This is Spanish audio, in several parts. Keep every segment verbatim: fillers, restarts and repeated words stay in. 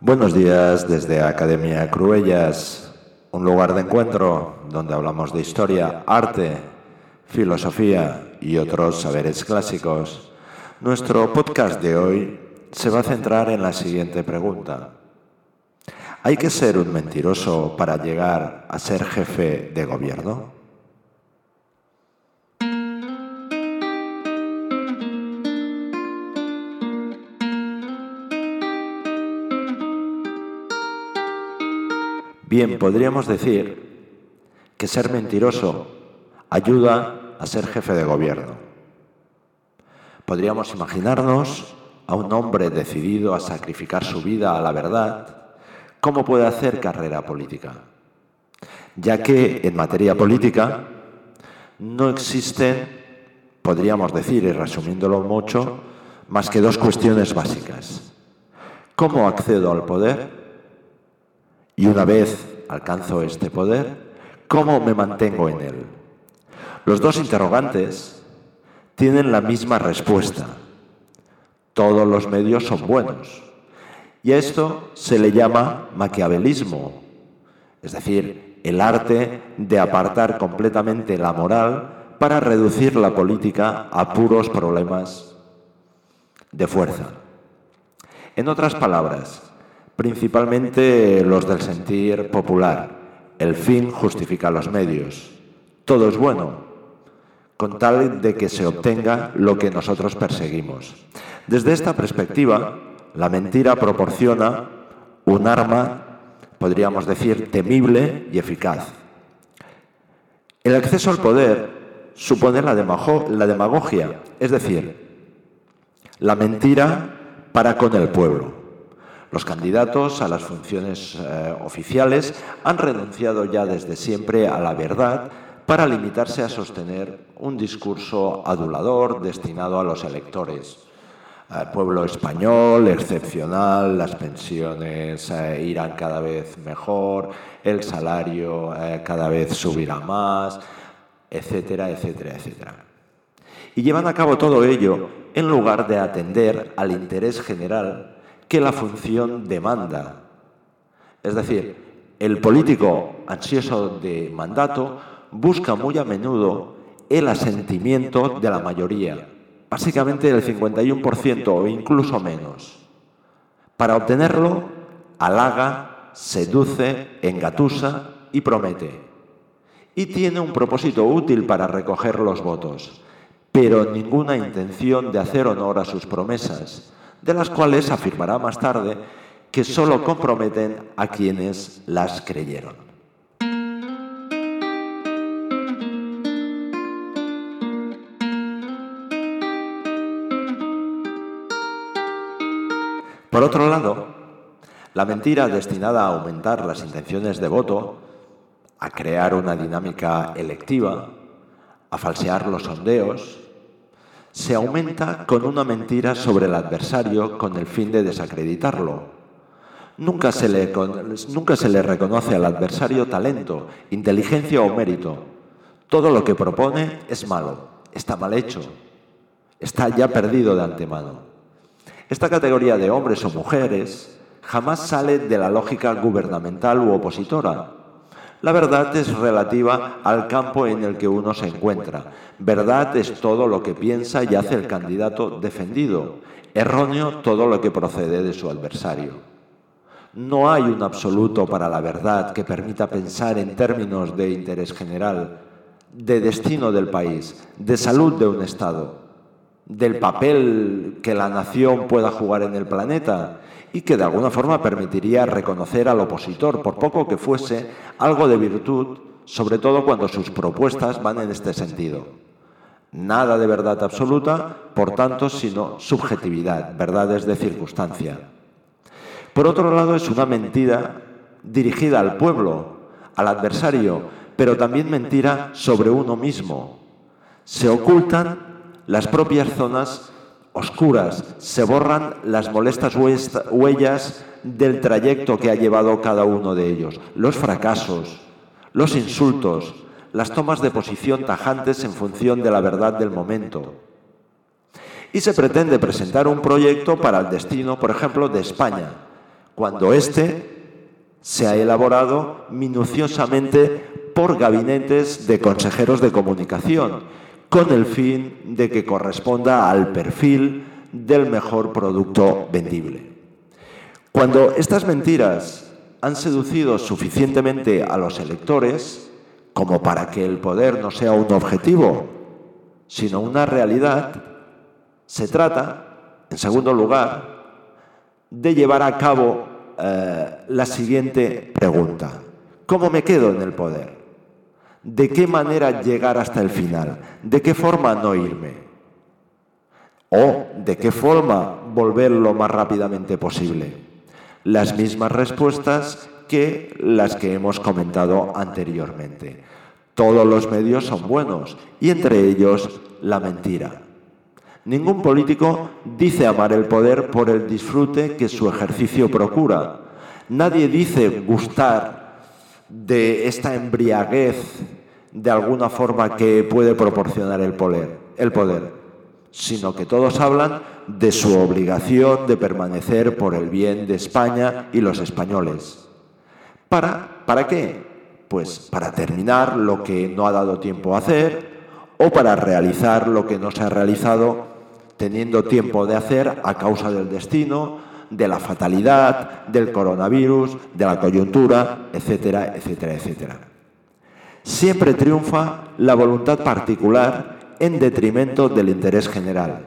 Buenos días desde Academia Cruellas, un lugar de encuentro donde hablamos de historia, arte, filosofía y otros saberes clásicos. Nuestro podcast de hoy se va a centrar en la siguiente pregunta. ¿Hay que ser un mentiroso para llegar a ser jefe de gobierno? Bien, podríamos decir que ser mentiroso ayuda a ser jefe de gobierno. Podríamos imaginarnos a un hombre decidido a sacrificar su vida a la verdad, ¿cómo puede hacer carrera política? Ya que en materia política no existen, podríamos decir, y resumiéndolo mucho, más que dos cuestiones básicas. ¿Cómo accedo al poder? Y una vez alcanzo este poder, ¿cómo me mantengo en él? Los dos interrogantes tienen la misma respuesta. Todos los medios son buenos. Y a esto se le llama maquiavelismo, es decir, el arte de apartar completamente la moral para reducir la política a puros problemas de fuerza. En otras palabras, principalmente los del sentir popular. El fin justifica los medios. Todo es bueno, con tal de que se obtenga lo que nosotros perseguimos. Desde esta perspectiva, la mentira proporciona un arma, podríamos decir, temible y eficaz. El acceso al poder supone la demagogia, es decir, la mentira para con el pueblo. Los candidatos a las funciones eh, oficiales han renunciado ya desde siempre a la verdad para limitarse a sostener un discurso adulador destinado a los electores. El pueblo español, excepcional, las pensiones eh, irán cada vez mejor, el salario eh, cada vez subirá más, etcétera, etcétera, etcétera. Y llevan a cabo todo ello en lugar de atender al interés general que la función demanda. Es decir, el político ansioso de mandato busca muy a menudo el asentimiento de la mayoría, básicamente del cincuenta y uno por ciento o incluso menos. Para obtenerlo, halaga, seduce, engatusa y promete. Y tiene un propósito útil para recoger los votos, pero ninguna intención de hacer honor a sus promesas, de las cuales afirmará más tarde que solo comprometen a quienes las creyeron. Por otro lado, la mentira destinada a aumentar las intenciones de voto, a crear una dinámica electiva, a falsear los sondeos, se aumenta con una mentira sobre el adversario con el fin de desacreditarlo. Nunca se le, nunca se le reconoce al adversario talento, inteligencia o mérito. Todo lo que propone es malo, está mal hecho, está ya perdido de antemano. Esta categoría de hombres o mujeres jamás sale de la lógica gubernamental u opositora. La verdad es relativa al campo en el que uno se encuentra. Verdad es todo lo que piensa y hace el candidato defendido. Erróneo todo lo que procede de su adversario. No hay un absoluto para la verdad que permita pensar en términos de interés general, de destino del país, de salud de un Estado, del papel que la nación pueda jugar en el planeta y que de alguna forma permitiría reconocer al opositor, por poco que fuese, algo de virtud, sobre todo cuando sus propuestas van en este sentido. Nada de verdad absoluta, por tanto, sino subjetividad, verdades de circunstancia. Por otro lado, es una mentira dirigida al pueblo, al adversario, pero también mentira sobre uno mismo. Se ocultan las propias zonas oscuras, se borran las molestas huellas del trayecto que ha llevado cada uno de ellos, los fracasos, los insultos, las tomas de posición tajantes en función de la verdad del momento. Y se pretende presentar un proyecto para el destino, por ejemplo, de España, cuando éste se ha elaborado minuciosamente por gabinetes de consejeros de comunicación, con el fin de que corresponda al perfil del mejor producto vendible. Cuando estas mentiras han seducido suficientemente a los electores como para que el poder no sea un objetivo, sino una realidad, se trata, en segundo lugar, de llevar a cabo eh, la siguiente pregunta. ¿Cómo me quedo en el poder? ¿De qué manera llegar hasta el final? ¿De qué forma no irme? ¿O de qué forma volver lo más rápidamente posible? Las mismas respuestas que las que hemos comentado anteriormente. Todos los medios son buenos, y entre ellos la mentira. Ningún político dice amar el poder por el disfrute que su ejercicio procura. Nadie dice gustar de esta embriaguez de alguna forma que puede proporcionar el poder, el poder, sino que todos hablan de su obligación de permanecer por el bien de España y los españoles. ¿Para, ¿para qué? Pues para terminar lo que no ha dado tiempo a hacer o para realizar lo que no se ha realizado teniendo tiempo de hacer a causa del destino, de la fatalidad, del coronavirus, de la coyuntura, etcétera, etcétera, etcétera. Siempre triunfa la voluntad particular en detrimento del interés general.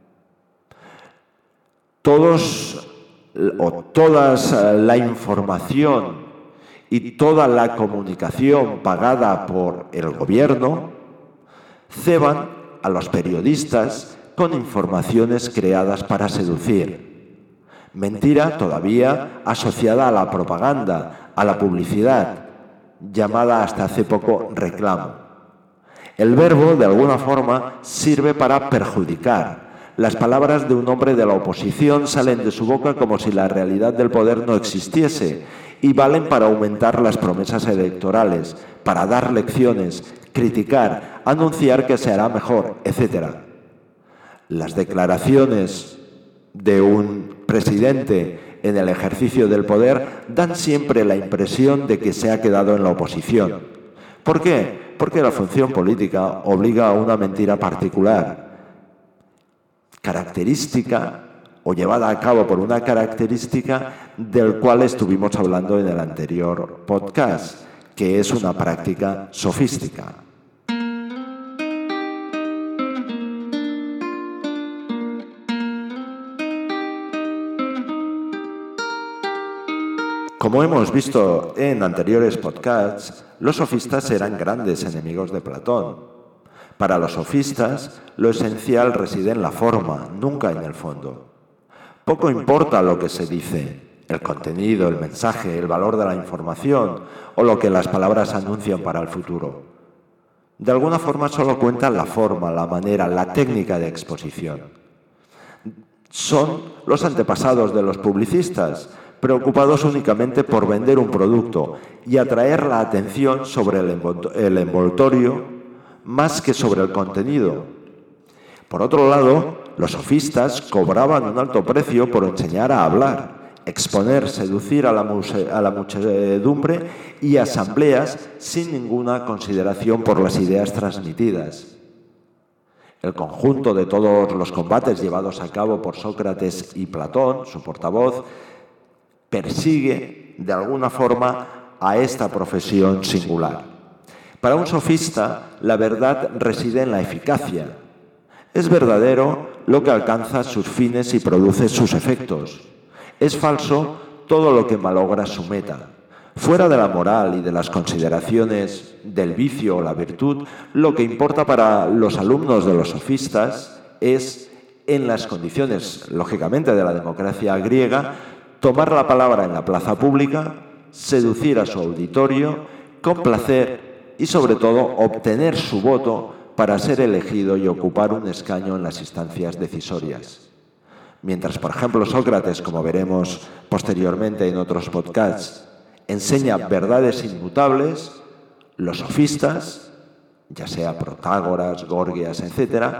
Todos o todas la información y toda la comunicación pagada por el gobierno ceban a los periodistas con informaciones creadas para seducir. Mentira todavía asociada a la propaganda, a la publicidad, llamada hasta hace poco reclamo. El verbo, de alguna forma, sirve para perjudicar. Las palabras de un hombre de la oposición salen de su boca como si la realidad del poder no existiese y valen para aumentar las promesas electorales, para dar lecciones, criticar, anunciar que se hará mejor, etcétera. Las declaraciones de un presidente en el ejercicio del poder dan siempre la impresión de que se ha quedado en la oposición. ¿Por qué? Porque la función política obliga a una mentira particular, característica o llevada a cabo por una característica del cual estuvimos hablando en el anterior podcast, que es una práctica sofística. Como hemos visto en anteriores podcasts, los sofistas eran grandes enemigos de Platón. Para los sofistas, lo esencial reside en la forma, nunca en el fondo. Poco importa lo que se dice, el contenido, el mensaje, el valor de la información o lo que las palabras anuncian para el futuro. De alguna forma solo cuenta la forma, la manera, la técnica de exposición. Son los antepasados de los publicistas, preocupados únicamente por vender un producto y atraer la atención sobre el envoltorio más que sobre el contenido. Por otro lado, los sofistas cobraban un alto precio por enseñar a hablar, exponer, seducir a la, muse- a la muchedumbre y asambleas sin ninguna consideración por las ideas transmitidas. El conjunto de todos los combates llevados a cabo por Sócrates y Platón, su portavoz, persigue de alguna forma a esta profesión singular. Para un sofista, la verdad reside en la eficacia. Es verdadero lo que alcanza sus fines y produce sus efectos. Es falso todo lo que malogra su meta. Fuera de la moral y de las consideraciones del vicio o la virtud, lo que importa para los alumnos de los sofistas es, en las condiciones, lógicamente, de la democracia griega, tomar la palabra en la plaza pública, seducir a su auditorio, complacer y, sobre todo, obtener su voto para ser elegido y ocupar un escaño en las instancias decisorias. Mientras, por ejemplo, Sócrates, como veremos posteriormente en otros podcasts, enseña verdades inmutables, los sofistas, ya sea Protágoras, Gorgias, etcétera,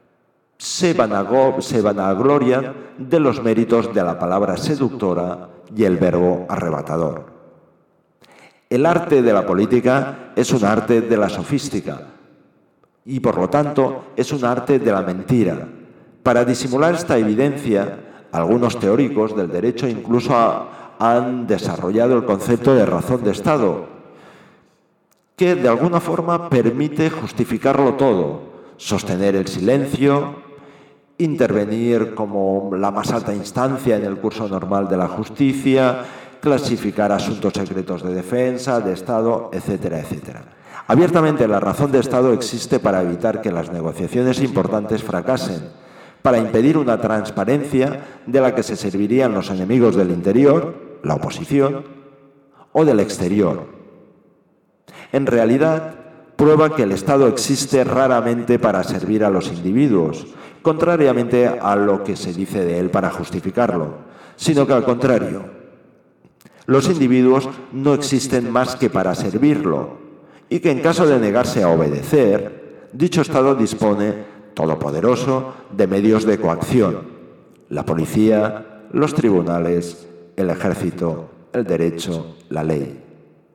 se, vanago, se vanaglorian de los méritos de la palabra seductora y el verbo arrebatador. El arte de la política es un arte de la sofística y, por lo tanto, es un arte de la mentira. Para disimular esta evidencia, algunos teóricos del derecho incluso ha, han desarrollado el concepto de razón de Estado, que de alguna forma permite justificarlo todo, sostener el silencio, intervenir como la más alta instancia en el curso normal de la justicia, clasificar asuntos secretos de defensa, de Estado, etcétera, etcétera. Abiertamente, la razón de Estado existe para evitar que las negociaciones importantes fracasen, para impedir una transparencia de la que se servirían los enemigos del interior, la oposición, o del exterior. En realidad, prueba que el Estado existe raramente para servir a los individuos, contrariamente a lo que se dice de él para justificarlo, sino que al contrario, los individuos no existen más que para servirlo, y que en caso de negarse a obedecer, dicho Estado dispone, todopoderoso, de medios de coacción: la policía, los tribunales, el ejército, el derecho, la ley.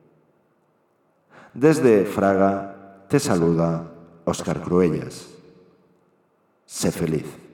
Desde Fraga te saluda Óscar Cruellas. Sé feliz.